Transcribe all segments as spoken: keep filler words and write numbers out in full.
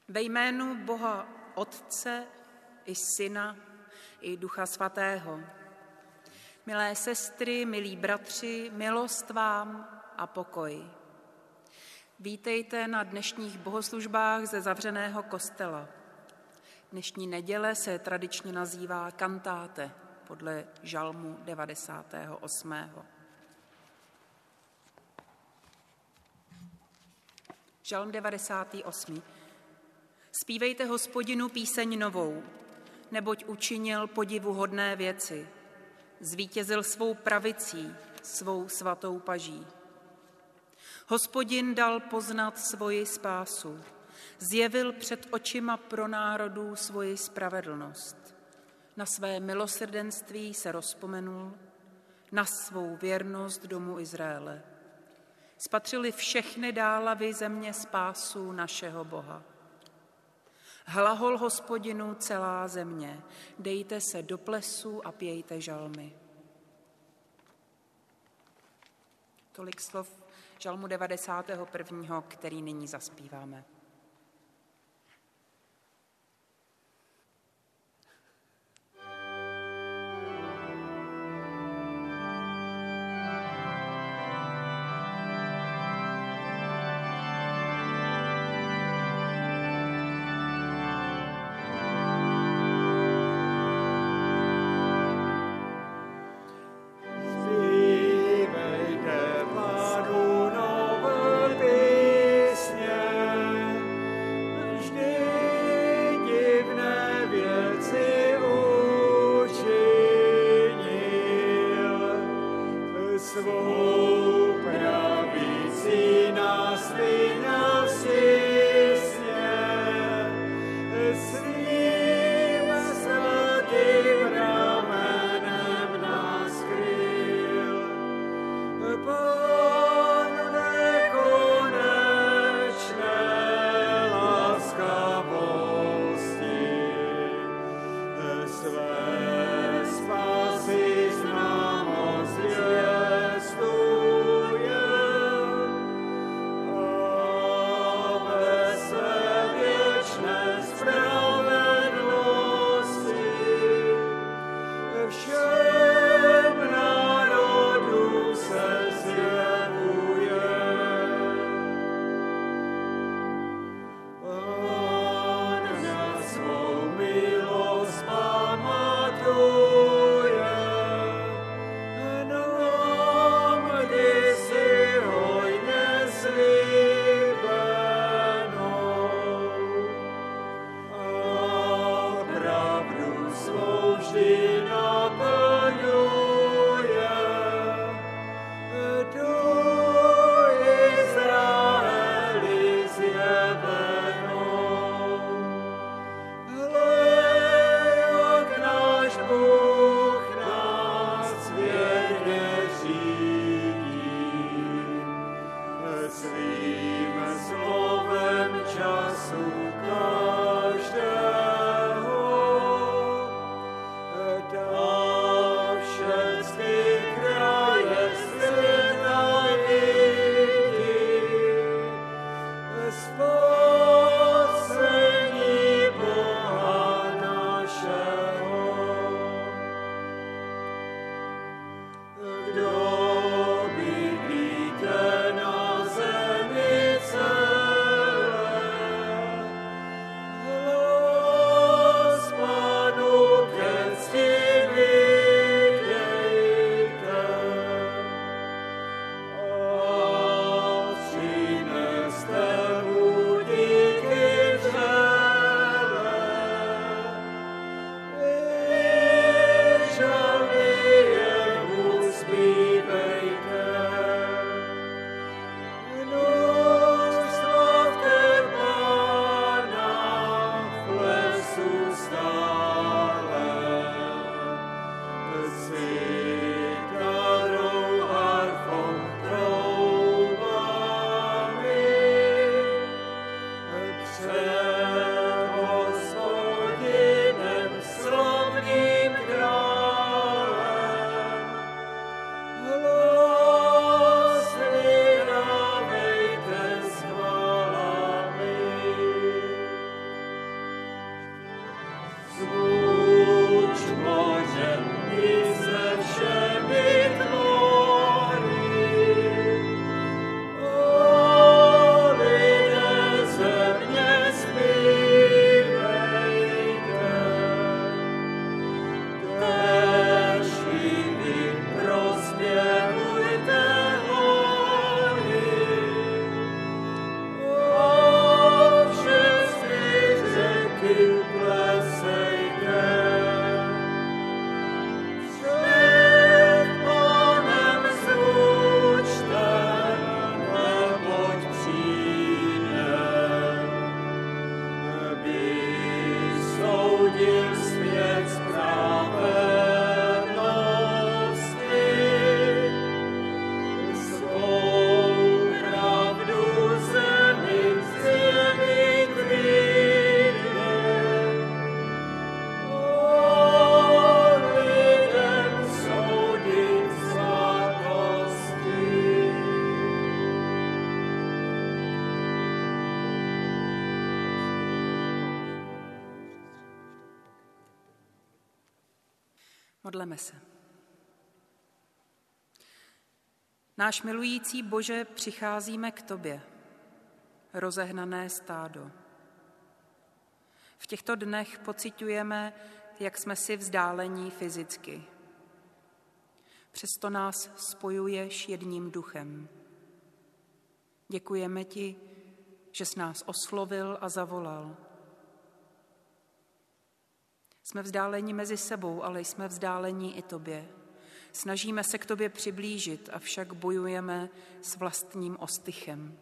Ve jménu Boha Otce i Syna i Ducha Svatého. Milé sestry, milí bratři, milost vám a pokoj. Vítejte na dnešních bohoslužbách ze zavřeného kostela. Dnešní neděle se tradičně nazývá kantáte podle žalmu devadesátého osmého Žalm devadesátý osmý Zpívejte Hospodinu píseň novou, neboť učinil podivuhodné věci. Zvítězil svou pravicí, svou svatou paží. Hospodin dal poznat svoji spásu, zjevil před očima pro národů svoji spravedlnost. Na své milosrdenství se rozpomenul, na svou věrnost domu Izraele. Spatřili všechny dálavy země spásu našeho Boha. Hlahol Hospodinu celá země, dejte se do plesu a pějte žalmy. Tolik slov žalmu devadesátého prvního který nyní zaspíváme. Amen. Modleme se. Náš milující Bože, přicházíme k tobě, rozehnané stádo. V těchto dnech pociťujeme, jak jsme si vzdálení fyzicky. Přesto nás spojuješ jedním duchem. Děkujeme ti, že jsi nás oslovil a zavolal. Jsme vzdálení mezi sebou, ale jsme vzdálení i tobě. Snažíme se k tobě přiblížit, avšak bojujeme s vlastním ostychem.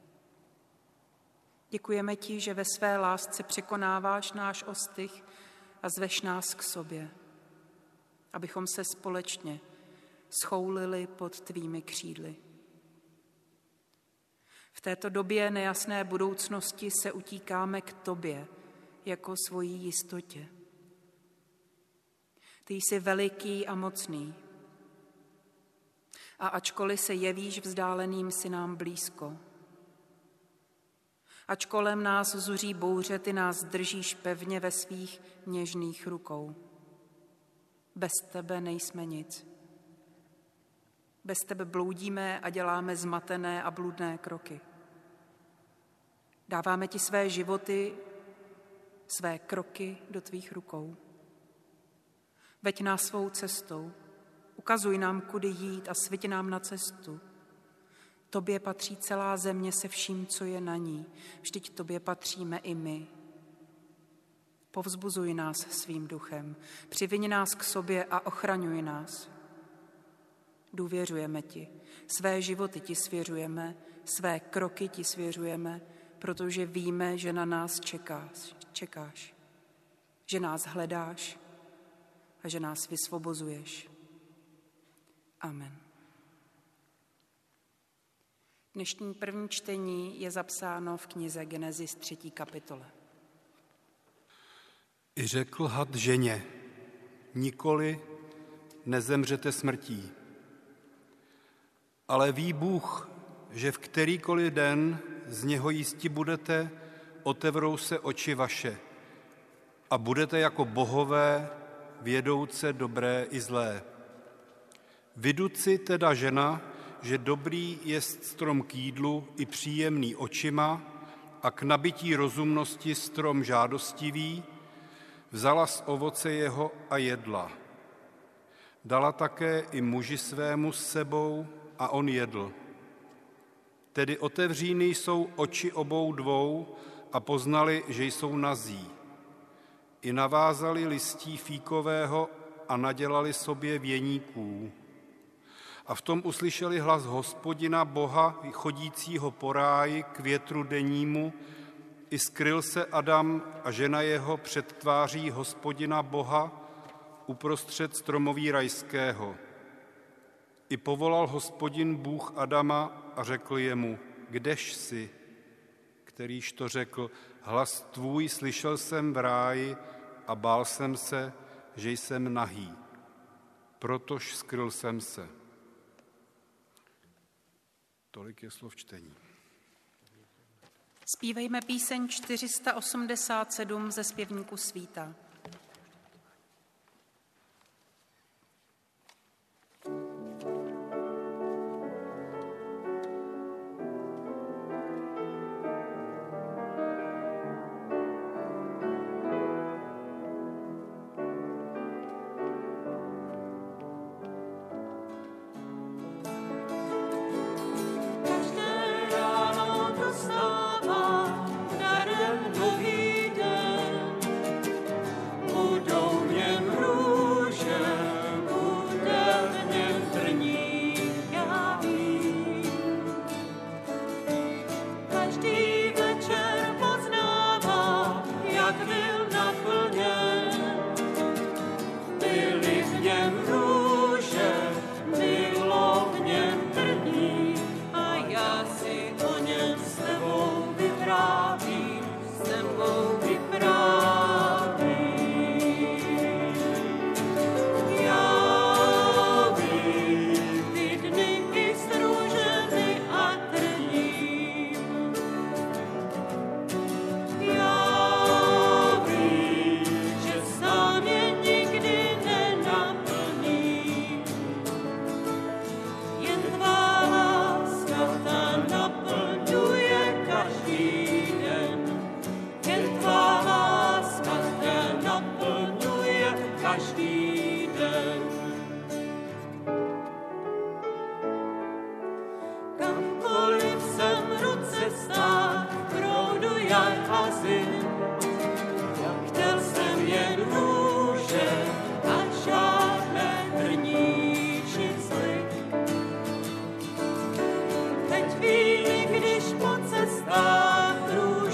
Děkujeme ti, že ve své lásce překonáváš náš ostych a zveš nás k sobě, abychom se společně schoulili pod tvými křídly. V této době nejasné budoucnosti se utíkáme k tobě jako svojí jistotě. Ty jsi veliký a mocný. A ačkoliv se jevíš vzdáleným, si nám blízko. Ač kolem nás zuří bouře, ty nás držíš pevně ve svých něžných rukou. Bez tebe nejsme nic. Bez tebe bloudíme a děláme zmatené a bludné kroky. Dáváme ti své životy, své kroky do tvých rukou. Veď nás svou cestou, ukazuj nám, kudy jít a sviť nám na cestu. Tobě patří celá země se vším, co je na ní. Vždyť tobě patříme i my. Povzbuzuj nás svým duchem, přiviň nás k sobě a ochraňuj nás. Důvěřujeme ti, své životy ti svěřujeme, své kroky ti svěřujeme, protože víme, že na nás čekáš, čekáš, že nás hledáš a že nás vysvobozuješ. Amen. Dnešní první čtení je zapsáno v knize Genesis třetí kapitole. I řekl had ženě, nikoli nezemřete smrtí. Ale ví Bůh, že v kterýkoliv den z něho jísti budete, otevřou se oči vaše a budete jako bohové, vědouce dobré i zlé. Viduci teda žena, že dobrý jest strom k jídlu i příjemný očima a k nabití rozumnosti strom žádostivý, vzala z ovoce jeho a jedla. Dala také i muži svému s sebou a on jedl. Tedy otevříny jsou oči obou dvou a poznali, že jsou nazí. I navázali listí fíkového a nadělali sobě věníků. A v tom uslyšeli hlas Hospodina Boha, chodícího po ráji k větru dennímu, i skryl se Adam a žena jeho před tváří Hospodina Boha uprostřed stromoví rajského. I povolal Hospodin Bůh Adama a řekl jemu, kdež jsi? Kterýž to řekl, hlas tvůj slyšel jsem v ráji a bál jsem se, že jsem nahý. Protož skryl jsem se. Tolik je slov čtení. Zpívejme píseň čtyři sta osmdesát sedm ze zpěvníku Svíta.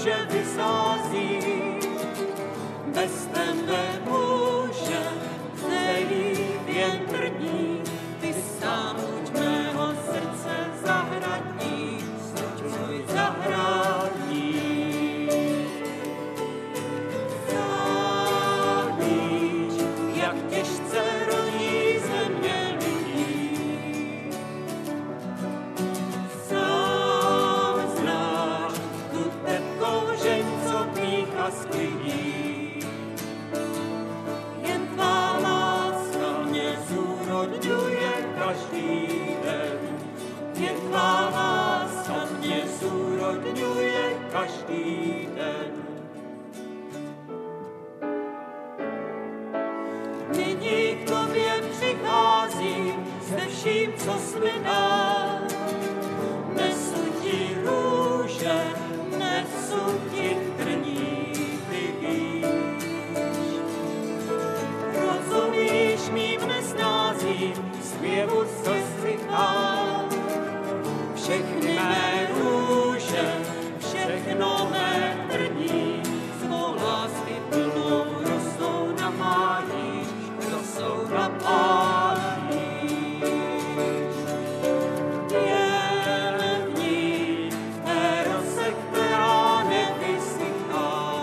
růže vysází, bez tebe může zejít jen první, ty sám buď mého srdce zahradní, buď můj zahradní. Sám víš, jak těžce roní země lidí, sám znáš tu tepkou žen, co pícha sklidí. Jen tvá láska mě zúrodňuje každý den, jen tvá láska mě zúrodňuje každý den. Nyní k tobě přicházím se vším, co splyná. Nesu ti růže, nesu ti trní, ty víš. Rozumíš mým nesnázím, zpěvu se střichám. Všechny mé růže, všechno mé trní, svou lásky plnou rosou na májíš, rosou na májíš. Jen v ní, té rose, která nevysychá,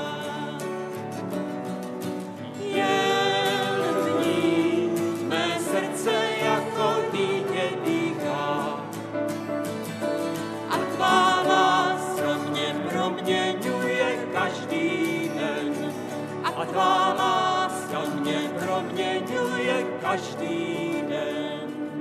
jen v ní mé srdce jako dítě dýchá. A tvá láska mě proměňuje každý den, a tvá láska mě proměňuje každý den.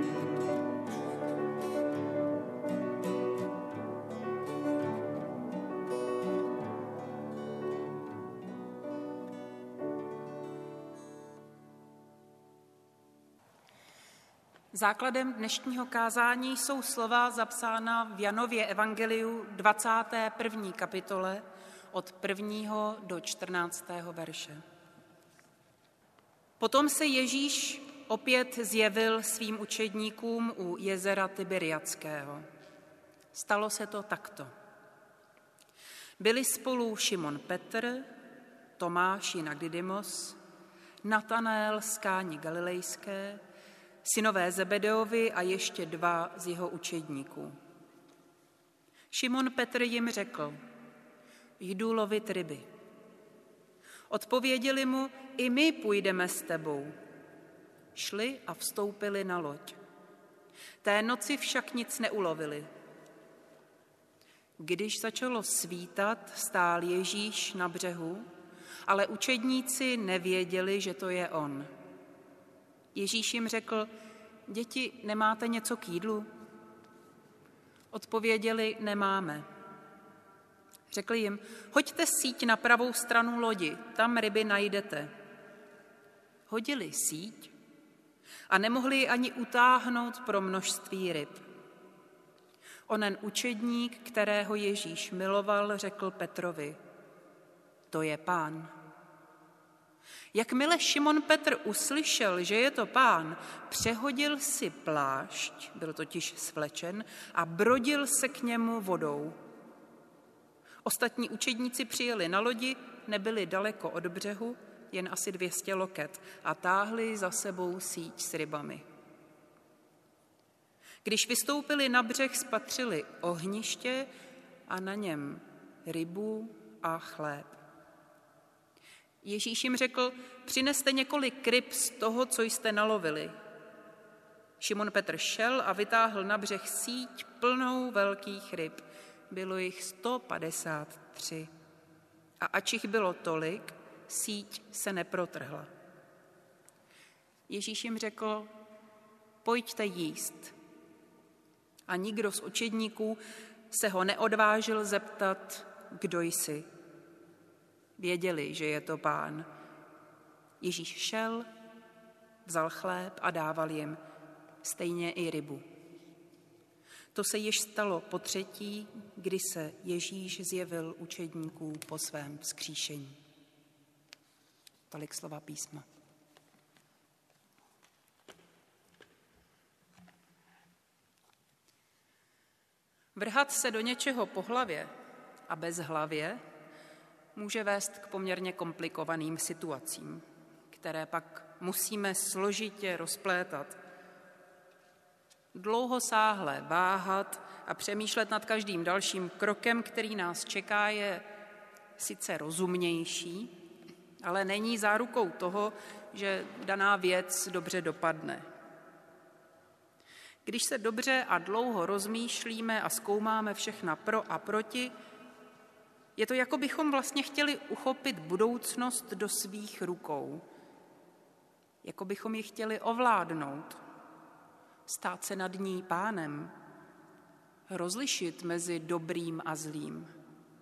Základem dnešního kázání jsou slova zapsána v Janově evangeliu dvacáté první kapitole od prvního do čtrnáctého verše. Potom se Ježíš opět zjevil svým učedníkům u jezera Tiberiadského. Stalo se to takto. Byli spolu Šimon Petr, Tomáš jinak Didymos, Natanael z Káni Galilejské, synové Zebedeovi a ještě dva z jeho učedníků. Šimon Petr jim řekl, jdu lovit ryby. Odpověděli mu, i my půjdeme s tebou. Šli a vstoupili na loď. Té noci však nic neulovili. Když začalo svítat, stál Ježíš na břehu, ale učedníci nevěděli, že to je on. Ježíš jim řekl, děti, nemáte něco k jídlu? Odpověděli, nemáme. Řekl jim, hoďte síť na pravou stranu lodi, tam ryby najdete. Hodili síť a nemohli ji ani utáhnout pro množství ryb. Onen učedník, kterého Ježíš miloval, řekl Petrovi, to je Pán. Jakmile Šimon Petr uslyšel, že je to Pán, přehodil si plášť, byl totiž svlečen, a brodil se k němu vodou. Ostatní učedníci přijeli na lodi, nebyli daleko od břehu, jen asi dvě stě loket, a táhli za sebou síť s rybami. Když vystoupili na břeh, spatřili ohniště a na něm rybu a chléb. Ježíš jim řekl, přineste několik ryb z toho, co jste nalovili. Šimon Petr šel a vytáhl na břeh síť plnou velkých ryb. Bylo jich sto padesát tři. A ač jich bylo tolik, síť se neprotrhla. Ježíš jim řekl, pojďte jíst. A nikdo z učedníků se ho neodvážil zeptat, kdo jsi. Věděli, že je to Pán. Ježíš šel, vzal chléb a dával jim, stejně i rybu. To se již stalo po třetí, kdy se Ježíš zjevil učedníků po svém vzkříšení. Tolik slova písma. Vrhat se do něčeho po hlavě a bez hlavě může vést k poměrně komplikovaným situacím, které pak musíme složitě rozplétat. Dlouhosáhle váhat a přemýšlet nad každým dalším krokem, který nás čeká, je sice rozumnější, ale není zárukou toho, že daná věc dobře dopadne. Když se dobře a dlouho rozmýšlíme a zkoumáme všechna pro a proti, je to, jako bychom vlastně chtěli uchopit budoucnost do svých rukou. Jako bychom ji chtěli ovládnout, stát se nad ní pánem, rozlišit mezi dobrým a zlým.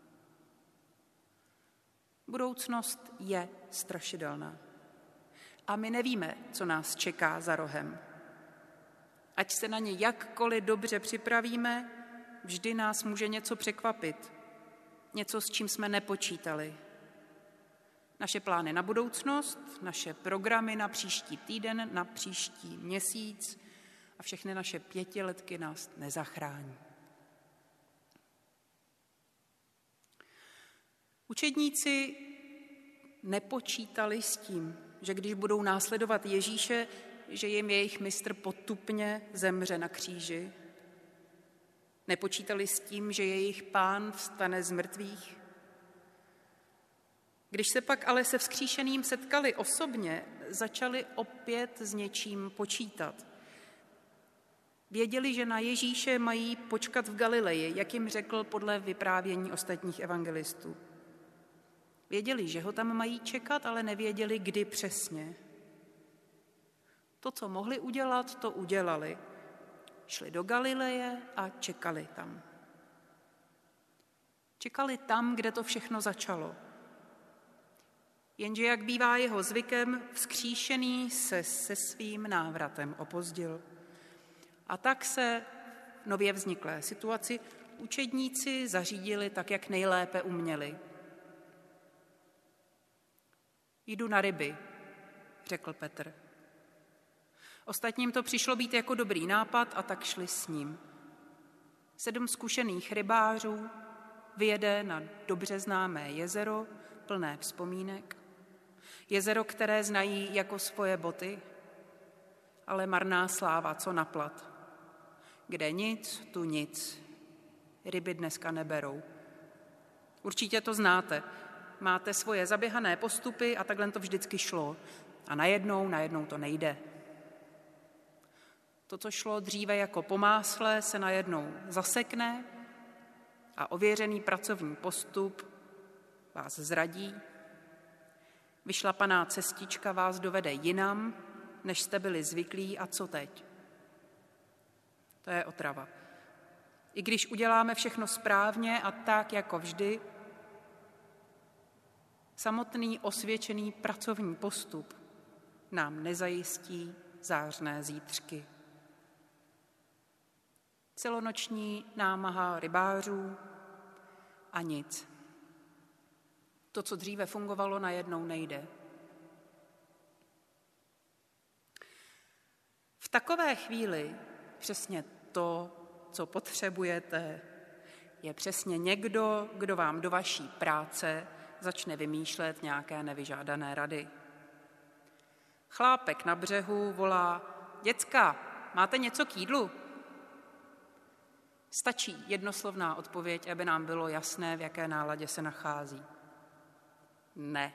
Budoucnost je strašidelná. A my nevíme, co nás čeká za rohem. Ať se na ně jakkoliv dobře připravíme, vždy nás může něco překvapit. Něco, s čím jsme nepočítali. Naše plány na budoucnost, naše programy na příští týden, na příští měsíc a všechny naše pětiletky nás nezachrání. Učedníci nepočítali s tím, že když budou následovat Ježíše, že jim jejich mistr potupně zemře na kříži. Nepočítali s tím, že jejich pán vstane z mrtvých. Když se pak ale se vzkříšeným setkali osobně, začali opět s něčím počítat. Věděli, že na Ježíše mají počkat v Galileji, jak jim řekl podle vyprávění ostatních evangelistů. Věděli, že ho tam mají čekat, ale nevěděli, kdy přesně. To, co mohli udělat, to udělali. Šli do Galileje a čekali tam. Čekali tam, kde to všechno začalo. Jenže, jak bývá jeho zvykem, vzkříšený se se svým návratem opozdil. A tak se v nově vzniklé situaci učedníci zařídili tak, jak nejlépe uměli. Jdu na ryby, řekl Petr. Ostatním to přišlo být jako dobrý nápad a tak šli s ním. Sedm zkušených rybářů vyjede na dobře známé jezero, plné vzpomínek. Jezero, které znají jako svoje boty, ale marná sláva, co na plat. Kde nic, tu nic. Ryby dneska neberou. Určitě to znáte. Máte svoje zaběhané postupy a takhle to vždycky šlo. A najednou, najednou to nejde. To, co šlo dříve jako po másle, se najednou zasekne a ověřený pracovní postup vás zradí. Vyšlapaná cestička vás dovede jinam, než jste byli zvyklí, a co teď? To je otrava. I když uděláme všechno správně a tak, jako vždy, samotný osvědčený pracovní postup nám nezajistí zářné zítřky. Celonoční námaha rybářů a nic. To, co dříve fungovalo, najednou nejde. V takové chvíli přesně to, co potřebujete, je přesně někdo, kdo vám do vaší práce začne vymýšlet nějaké nevyžádané rady. Chlápek na břehu volá: děcka, máte něco k jídlu? Stačí jednoslovná odpověď, aby nám bylo jasné, v jaké náladě se nachází. Ne.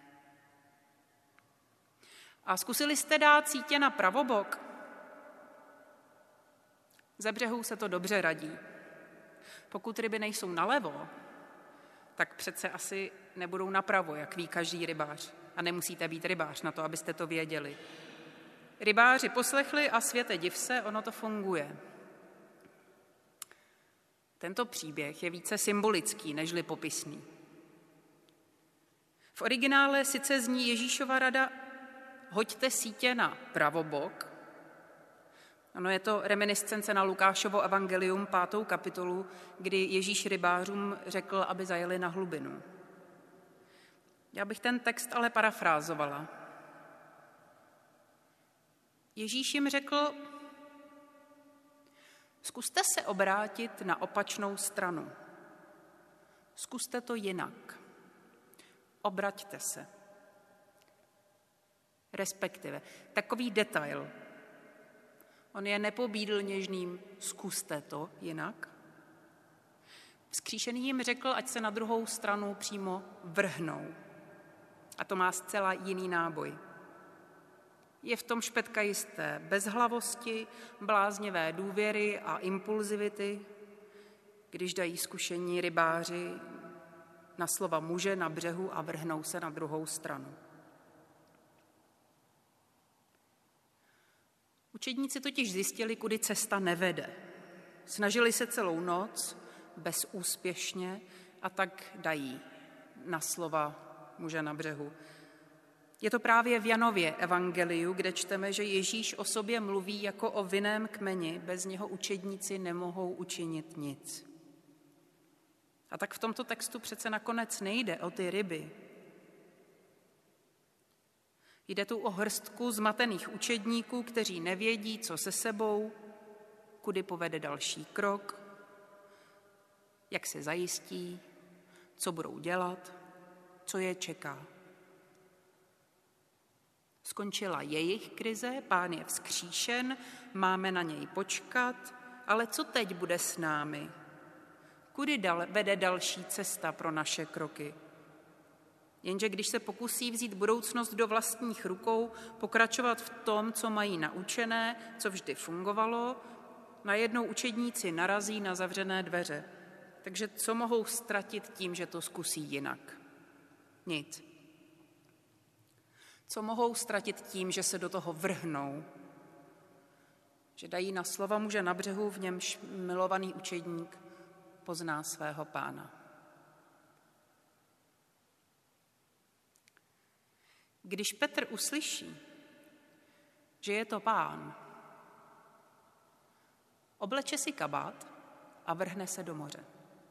A zkusili jste dát sítě na pravobok? Ze břehů se to dobře radí. Pokud ryby nejsou nalevo, tak přece asi nebudou napravo, jak ví každý rybář. A nemusíte být rybář na to, abyste to věděli. Rybáři poslechli a světe div se, ono to funguje. Tento příběh je více symbolický, nežli popisný. V originále sice zní Ježíšova rada: hoďte sítě na pravobok. Ano, je to reminiscence na Lukášovo evangelium, pátou kapitolu, kdy Ježíš rybářům řekl, aby zajeli na hlubinu. Já bych ten text ale parafrázovala. Ježíš jim řekl: zkuste se obrátit na opačnou stranu. Zkuste to jinak. Obraťte se. Respektive takový detail. On je nepobídl něžným, zkuste to jinak. Vzkříšený jim řekl, ať se na druhou stranu přímo vrhnou. A to má zcela jiný náboj. Je v tom špetka jisté bezhlavosti, bláznivé důvěry a impulzivity, když dají zkušení rybáři na slova muže na břehu a vrhnou se na druhou stranu. Učedníci totiž zjistili, kudy cesta nevede. Snažili se celou noc, bezúspěšně, a tak dají na slova muže na břehu. Je to právě v Janově evangeliu, kde čteme, že Ježíš o sobě mluví jako o vinném kmeni, bez něho učedníci nemohou učinit nic. A tak v tomto textu přece nakonec nejde o ty ryby. Jde tu o hrstku zmatených učedníků, kteří nevědí, co se sebou, kudy povede další krok, jak se zajistí, co budou dělat, co je čeká. Skončila jejich krize, Pán je vzkříšen, máme na něj počkat, ale co teď bude s námi? Kudy dal, vede další cesta pro naše kroky? Jenže když se pokusí vzít budoucnost do vlastních rukou, pokračovat v tom, co mají naučené, co vždy fungovalo, najednou učedníci narazí na zavřené dveře. Takže co mohou ztratit tím, že to zkusí jinak? Nic. Co mohou ztratit tím, že se do toho vrhnou? Že dají na slova muže na břehu, v němž milovaný učedník pozná svého Pána. Když Petr uslyší, že je to Pán, obleče si kabát a vrhne se do moře.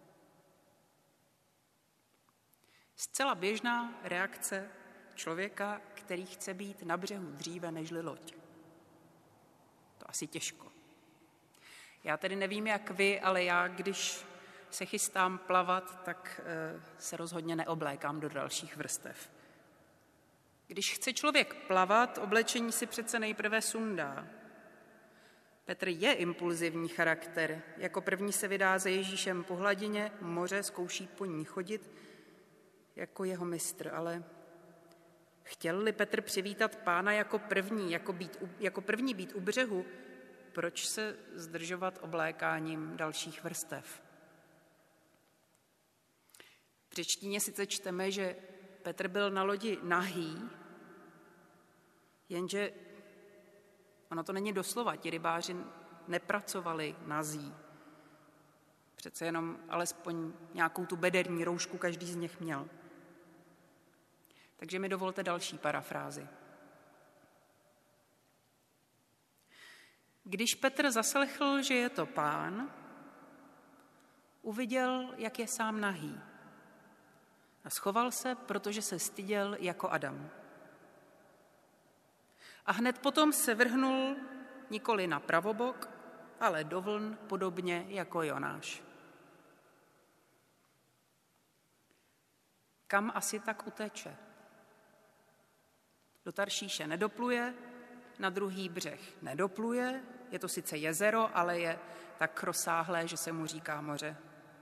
Zcela běžná reakce člověka, který chce být na břehu dříve nežli loď. To asi těžko. Já tedy nevím, jak vy, ale já, když se chystám plavat, tak se rozhodně neoblékám do dalších vrstev. Když chce člověk plavat, oblečení si přece nejprve sundá. Petr je impulzivní charakter. Jako první se vydá za Ježíšem po hladině moře, zkouší po ní chodit jako jeho mistr, ale chtěl-li Petr přivítat Pána jako první, jako, být, jako první být u břehu, proč se zdržovat oblékáním dalších vrstev? V řečtině sice čteme, že Petr byl na lodi nahý, jenže ono to není doslova, ti rybáři nepracovali nazí. Přece jenom alespoň nějakou tu bederní roušku každý z nich měl. Takže mi dovolte další parafrázi. Když Petr zaslechl, že je to Pán, uviděl, jak je sám nahý. A schoval se, protože se styděl jako Adam. A hned potom se vrhnul nikoli na pravobok, ale do vln podobně jako Jonáš. Kam asi tak uteče? Do Taršíše nedopluje, na druhý břeh nedopluje, je to sice jezero, ale je tak rozsáhlé, že se mu říká moře.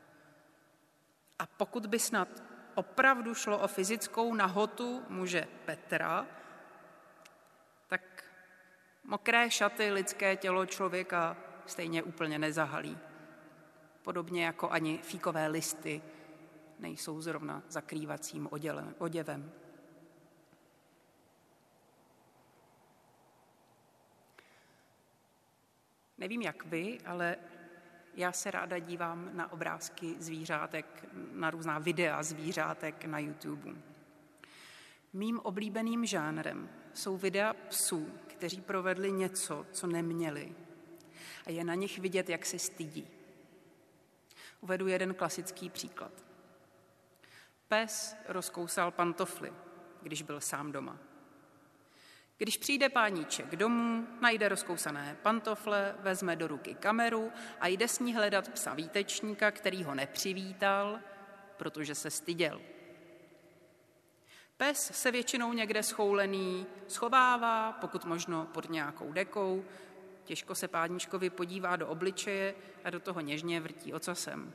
A pokud by snad opravdu šlo o fyzickou nahotu muže Petra, tak mokré šaty lidské tělo člověka stejně úplně nezahalí. Podobně jako ani fíkové listy nejsou zrovna zakrývacím oděvem. Nevím, jak vy, ale já se ráda dívám na obrázky zvířátek, na různá videa zvířátek na YouTube. Mým oblíbeným žánrem jsou videa psů, kteří provedli něco, co neměli. A je na nich vidět, jak se stydí. Uvedu jeden klasický příklad. Pes rozkousal pantofly, když byl sám doma. Když přijde páníček domů, najde rozkousané pantofle, vezme do ruky kameru a jde s ní hledat psa výtečníka, který ho nepřivítal, protože se styděl. Pes se většinou někde schoulený schovává, pokud možno pod nějakou dekou, těžko se páničkovi podívá do obličeje a do toho něžně vrtí ocasem.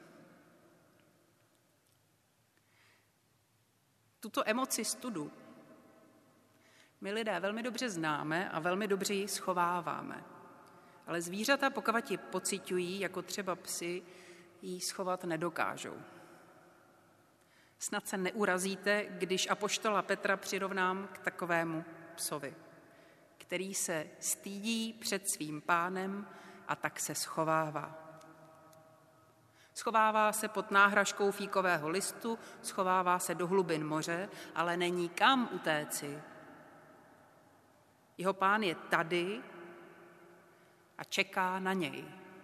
Tuto emoci studu my lidé velmi dobře známe a velmi dobře ji schováváme. Ale zvířata, pokud ji pociťují, jako třeba psi, ji schovat nedokážou. Snad se neurazíte, když apoštola Petra přirovnám k takovému psovi, který se stydí před svým pánem a tak se schovává. Schovává se pod náhražkou fíkového listu, schovává se do hlubin moře, ale není kam utéci. Jeho pán je tady a čeká na něj.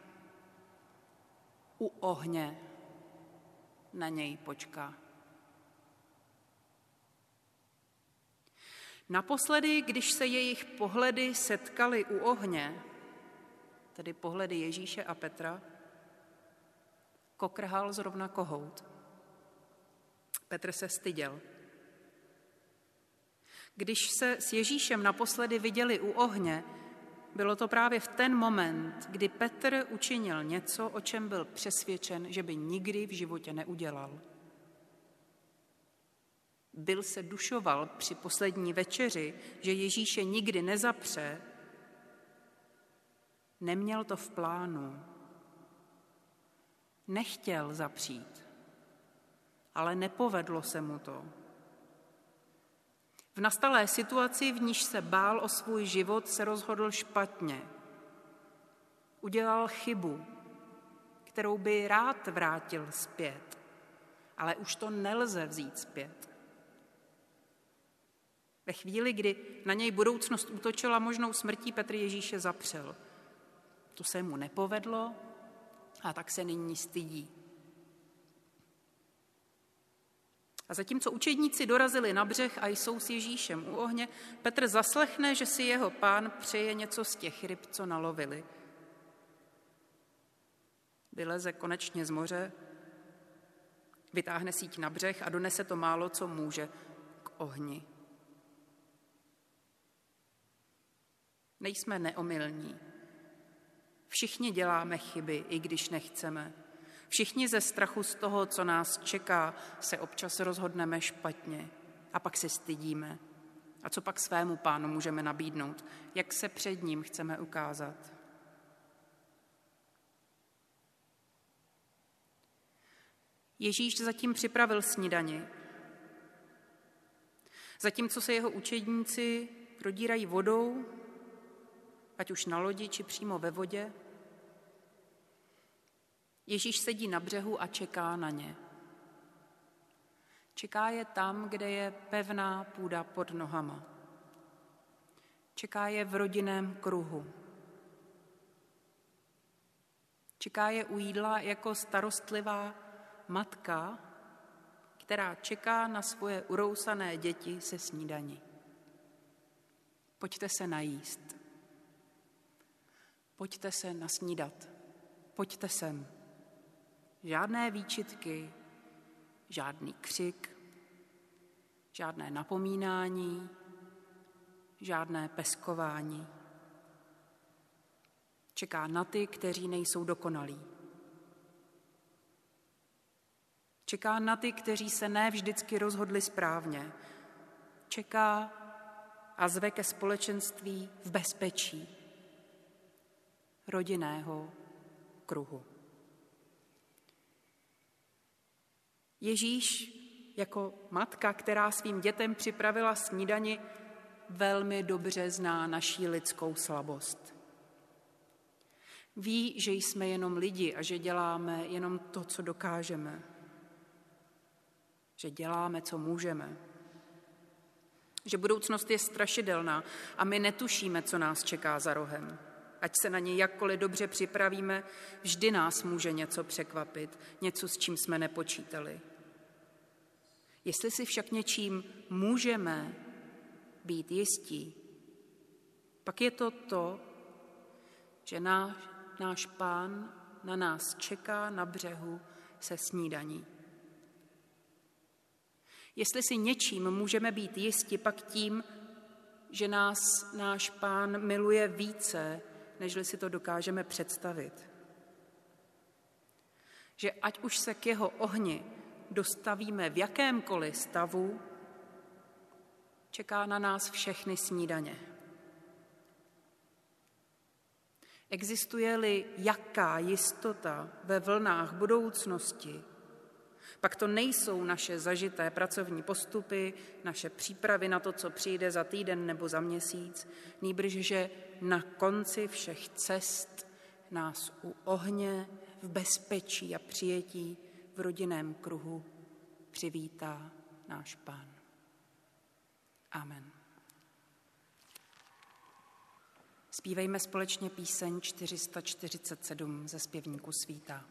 U ohně na něj počká. Naposledy, když se jejich pohledy setkaly u ohně, tedy pohledy Ježíše a Petra, kokrhal zrovna kohout. Petr se styděl. Když se s Ježíšem naposledy viděli u ohně, bylo to právě v ten moment, kdy Petr učinil něco, o čem byl přesvědčen, že by nikdy v životě neudělal. Byl se dušoval při poslední večeři, že Ježíše nikdy nezapře. Neměl to v plánu. Nechtěl zapřít, ale nepovedlo se mu to. V nastalé situaci, v níž se bál o svůj život, se rozhodl špatně. Udělal chybu, kterou by rád vrátil zpět, ale už to nelze vzít zpět. Ve chvíli, kdy na něj budoucnost útočila možnou smrtí, Petr Ježíše zapřel. To se mu nepovedlo a tak se nyní stydí. A zatímco učedníci dorazili na břeh a jsou s Ježíšem u ohně, Petr zaslechne, že si jeho pán přeje něco z těch ryb, co nalovili. Vyleze konečně z moře, vytáhne síť na břeh a donese to málo, co může, k ohni. Nejsme neomylní. Všichni děláme chyby, i když nechceme. Všichni ze strachu z toho, co nás čeká, se občas rozhodneme špatně a pak se stydíme. A co pak svému pánu můžeme nabídnout? Jak se před ním chceme ukázat? Ježíš zatím připravil snídani. Zatímco se jeho učedníci prodírají vodou, ať už na lodi, či přímo ve vodě, Ježíš sedí na břehu a čeká na ně. Čeká je tam, kde je pevná půda pod nohama. Čeká je v rodinném kruhu. Čeká je u jídla jako starostlivá matka, která čeká na svoje urousané děti se snídaní. Pojďte se najíst. Pojďte se nasnídat. Pojďte sem. Žádné výčitky, žádný křik, žádné napomínání, žádné peskování. Čeká na ty, kteří nejsou dokonalí. Čeká na ty, kteří se ne vždycky rozhodli správně. Čeká a zve ke společenství v bezpečí rodinného kruhu. Ježíš jako matka, která svým dětem připravila snídani, velmi dobře zná naší lidskou slabost. Ví, že jsme jenom lidi a že děláme jenom to, co dokážeme. Že děláme, co můžeme. Že budoucnost je strašidelná a my netušíme, co nás čeká za rohem. Ať se na ně jakkoliv dobře připravíme, vždy nás může něco překvapit, něco, s čím jsme nepočítali. Jestli si však něčím můžeme být jistí, pak je to to, že náš, náš Pán na nás čeká na břehu se snídaní. Jestli si něčím můžeme být jisti, pak tím, že nás náš Pán miluje více, nežli si to dokážeme představit. Že ať už se k jeho ohni dostavíme v jakémkoliv stavu, čeká na nás všechny snídaně. Existuje-li jaká jistota ve vlnách budoucnosti, pak to nejsou naše zažité pracovní postupy, naše přípravy na to, co přijde za týden nebo za měsíc, nýbrž, že na konci všech cest nás u ohně v bezpečí a přijetí v rodinném kruhu přivítá náš Pán. Amen. Zpívejme společně píseň čtyři sta čtyřicet sedm ze zpěvníku Svítá.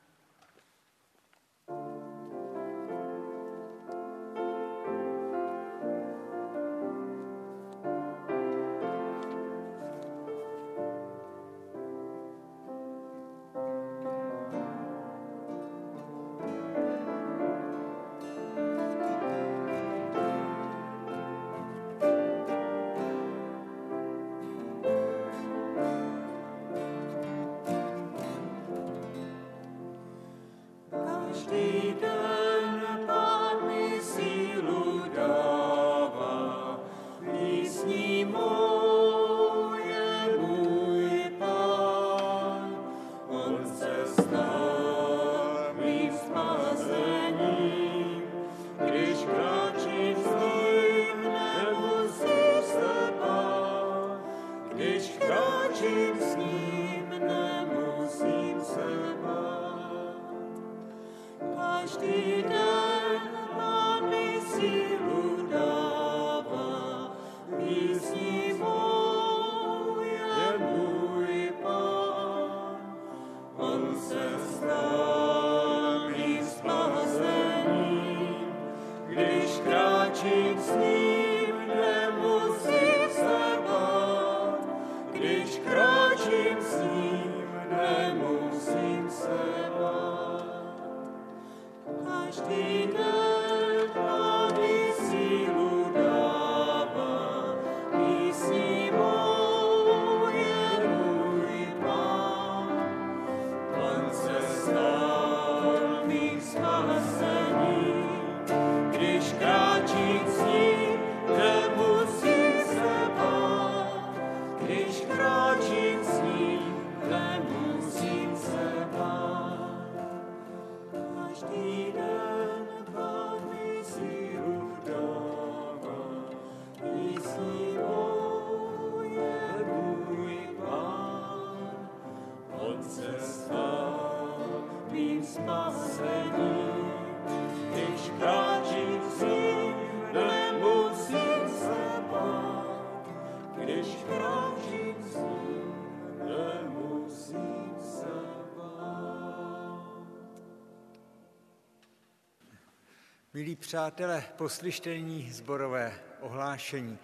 Milí přátelé, poslyšte nyní sborové ohlášení.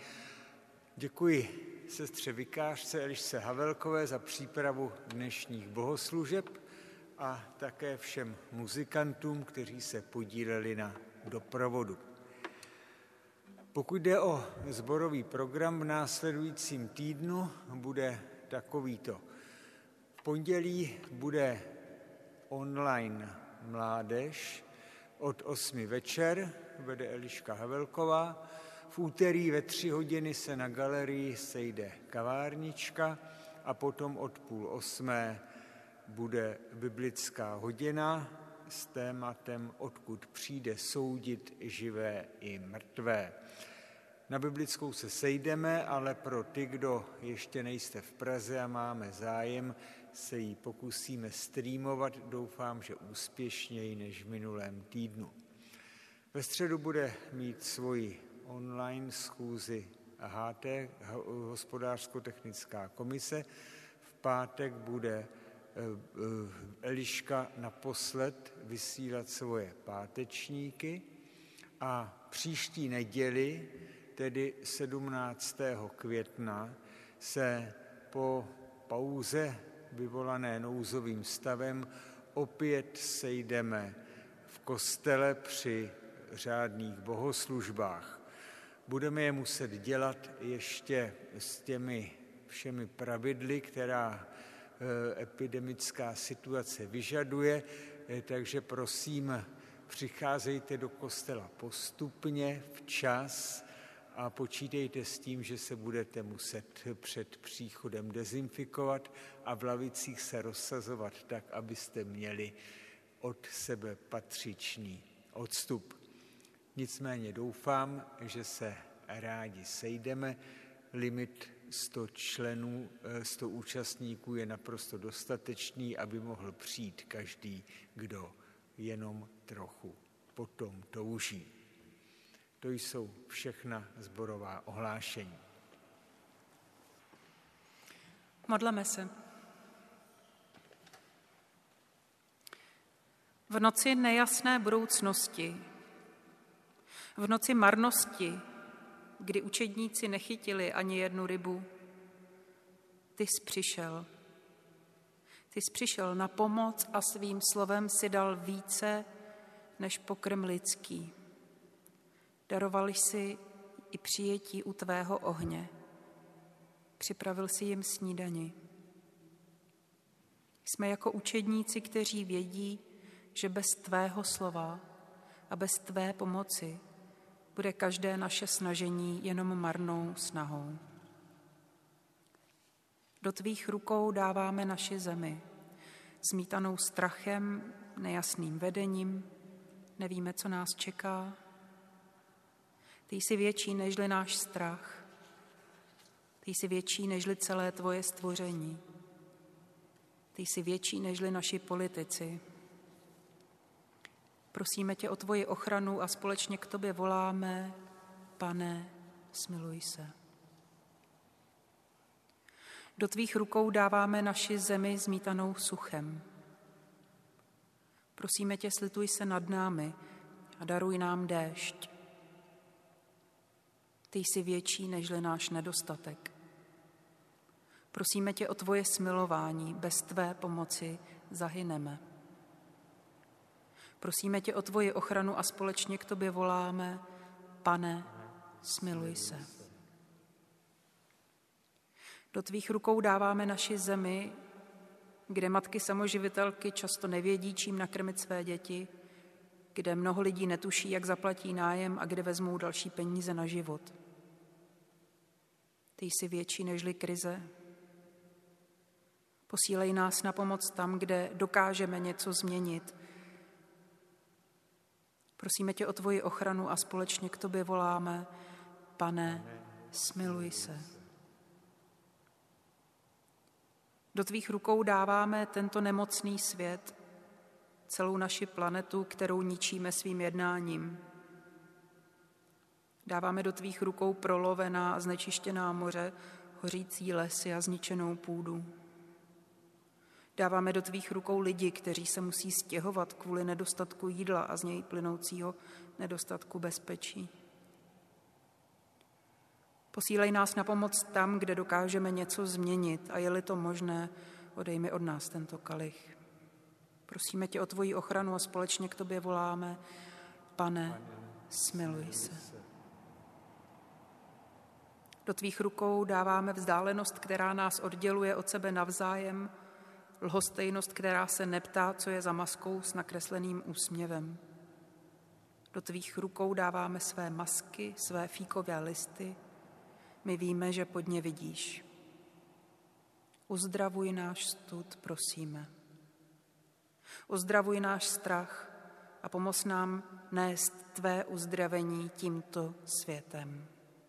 Děkuji sestře vikářce Elišce Havelkové za přípravu dnešních bohoslužeb a také všem muzikantům, kteří se podíleli na doprovodu. Pokud jde o sborový program v následujícím týdnu, bude takovýto. V pondělí bude online mládež od osmi večer, vede Eliška Havelková. V úterý ve tři hodiny se na galerii sejde kavárnička a potom od půl osmé bude biblická hodina s tématem Odkud přijde soudit živé i mrtvé. Na biblickou se sejdeme, ale pro ty, kdo ještě nejste v Praze a máme zájem, se ji pokusíme streamovat, doufám, že úspěšněji než v minulém týdnu. Ve středu bude mít svoji online schůzi H T, hospodářsko-technická komise. V pátek bude Eliška naposled vysílat svoje pátečníky a příští neděli, tedy sedmnáctého května, se po pauze vyvolané nouzovým stavem opět sejdeme v kostele při řádných bohoslužbách. Budeme je muset dělat ještě s těmi všemi pravidly, která epidemická situace vyžaduje, takže prosím, přicházejte do kostela postupně, včas a počítejte s tím, že se budete muset před příchodem dezinfikovat a v lavicích se rozsazovat tak, abyste měli od sebe patřičný odstup. Nicméně doufám, že se rádi sejdeme. Limit sto členů, sto účastníků je naprosto dostatečný, aby mohl přijít každý, kdo jenom trochu potom touží. To jsou všechna sborová ohlášení. Modleme se. V noci nejasné budoucnosti, v noci marnosti, kdy učedníci nechytili ani jednu rybu, ty jsi přišel. Ty jsi přišel na pomoc a svým slovem si dal více než pokrm lidský. Daroval jsi i přijetí u tvého ohně. Připravil si jim snídani. Jsme jako učedníci, kteří vědí, že bez tvého slova a bez tvé pomoci bude každé naše snažení jenom marnou snahou. Do tvých rukou dáváme naši zemi, zmítanou strachem, nejasným vedením, nevíme, co nás čeká. Ty jsi větší nežli náš strach, ty jsi větší nežli celé tvoje stvoření, ty jsi větší nežli naši politici. Prosíme tě o tvoji ochranu a společně k tobě voláme, Pane, smiluj se. Do tvých rukou dáváme naši zemi zmítanou suchem. Prosíme tě, slituj se nad námi a daruj nám déšť. Ty jsi větší nežli náš nedostatek. Prosíme tě o tvoje smilování, bez tvé pomoci zahyneme. Prosíme tě o tvoji ochranu a společně k tobě voláme, Pane, smiluj se. Do tvých rukou dáváme naši zemi, kde matky samoživitelky často nevědí, čím nakrmit své děti, kde mnoho lidí netuší, jak zaplatí nájem a kde vezmou další peníze na život. Ty jsi větší nežli krize. Posílej nás na pomoc tam, kde dokážeme něco změnit. Prosíme tě o tvoji ochranu a společně k tobě voláme, Pane, smiluj se. Do tvých rukou dáváme tento nemocný svět, celou naši planetu, kterou ničíme svým jednáním. Dáváme do tvých rukou prolovená a znečištěná moře, hořící lesy a zničenou půdu. Dáváme do tvých rukou lidi, kteří se musí stěhovat kvůli nedostatku jídla a z něj plynoucího nedostatku bezpečí. Posílej nás na pomoc tam, kde dokážeme něco změnit a je-li to možné, odej mi od nás tento kalich. Prosíme tě o tvoji ochranu a společně k tobě voláme, Pane, smiluj se. Do tvých rukou dáváme vzdálenost, která nás odděluje od sebe navzájem, lhostejnost, která se neptá, co je za maskou s nakresleným úsměvem. Do tvých rukou dáváme své masky, své fíkové listy. My víme, že pod ně vidíš. Uzdravuj náš stud, prosíme. Uzdravuj náš strach a pomoz nám nést tvé uzdravení tímto světem.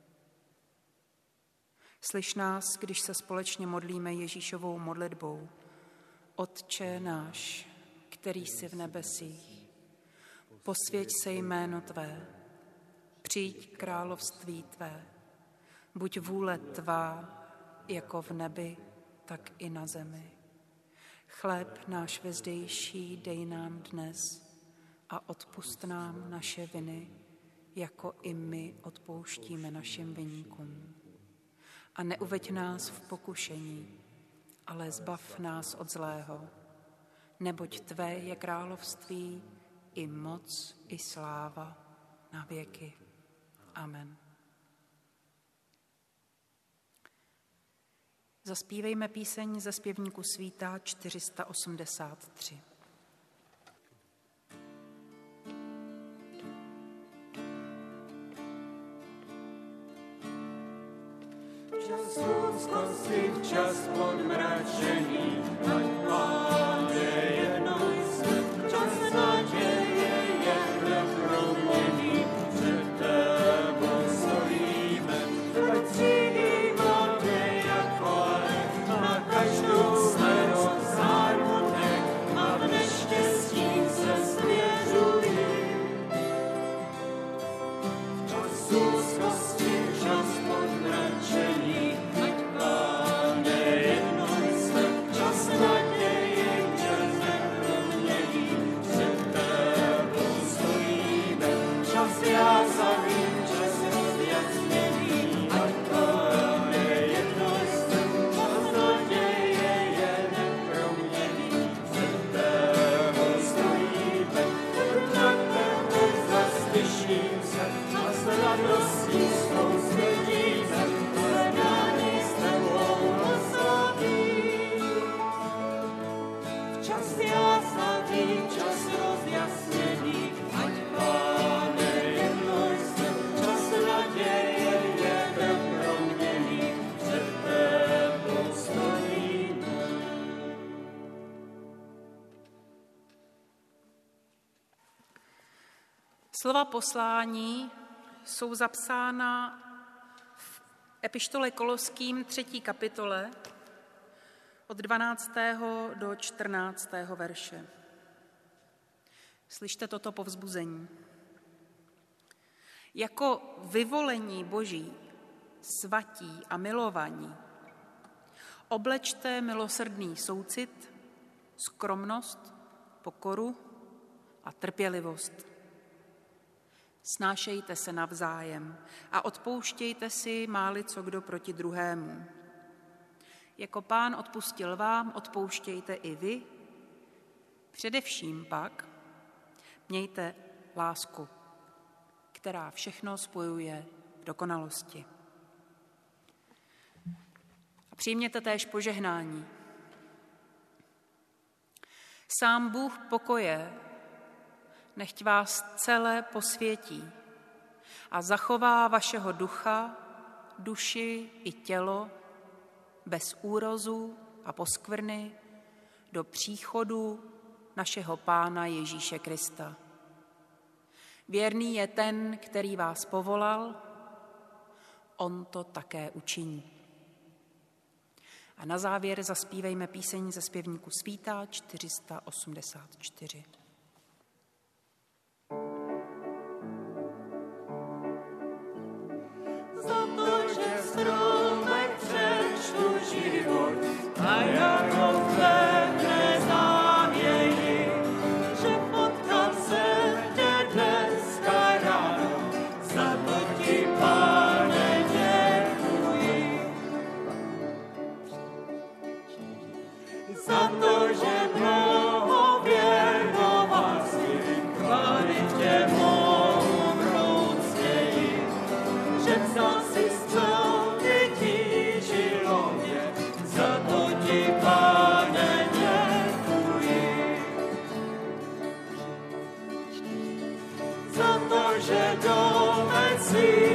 Slyš nás, když se společně modlíme Ježíšovou modlitbou. Otče náš, který jsi v nebesích, posvěť se jméno tvé, přijď království tvé, buď vůle tvá, jako v nebi, tak i na zemi. Chléb náš vezdejší dej nám dnes a odpusť nám naše viny, jako i my odpouštíme našim viníkům. A neuveď nás v pokušení, ale zbav nás od zlého, neboť tvé je království, i moc, i sláva, na věky. Amen. Zaspívejme píseň ze zpěvníku Svíta čtyři sta osmdesát tři. Čas úzkosti, čas podmračení, ať vládne jednou svět, čas naděje je neproměnný, před tebou stojíme, ať přijímáme jako lék na každou starost zárunek a v neštěstí se směřují. Čas úzkosti, čas podmračení, Slova poslání jsou zapsána v epištole Koloským třetí kapitole od dvanáctého do čtrnáctého verše. Slyšte toto povzbuzení. Jako vyvolení Boží, svatí a milovaní, oblečte milosrdný soucit, skromnost, pokoru a trpělivost. Snášejte se navzájem a odpouštějte si, máli co kdo proti druhému. Jako Pán odpustil vám, odpouštějte i vy. Především pak mějte lásku, která všechno spojuje v dokonalosti. A přijměte též požehnání. Sám Bůh pokoje nechť vás celé posvětí a zachová vašeho ducha, duši i tělo bez úrozu a poskvrny do příchodu našeho Pána Ježíše Krista. Věrný je ten, který vás povolal, on to také učiní. A na závěr zaspívejme píseň ze zpěvníku Svíta čtyři sta osmdesát čtyři. Život a jako v pevné závěji, že potkal se tě dneska ráno, za to ti, Pane, děkuji. Za to, že mnoho věnoval si kvalitě mou vroucněji, že vzal si z celou vytížilo mě, za to ti, Pane, děkuji. Za to, že do mé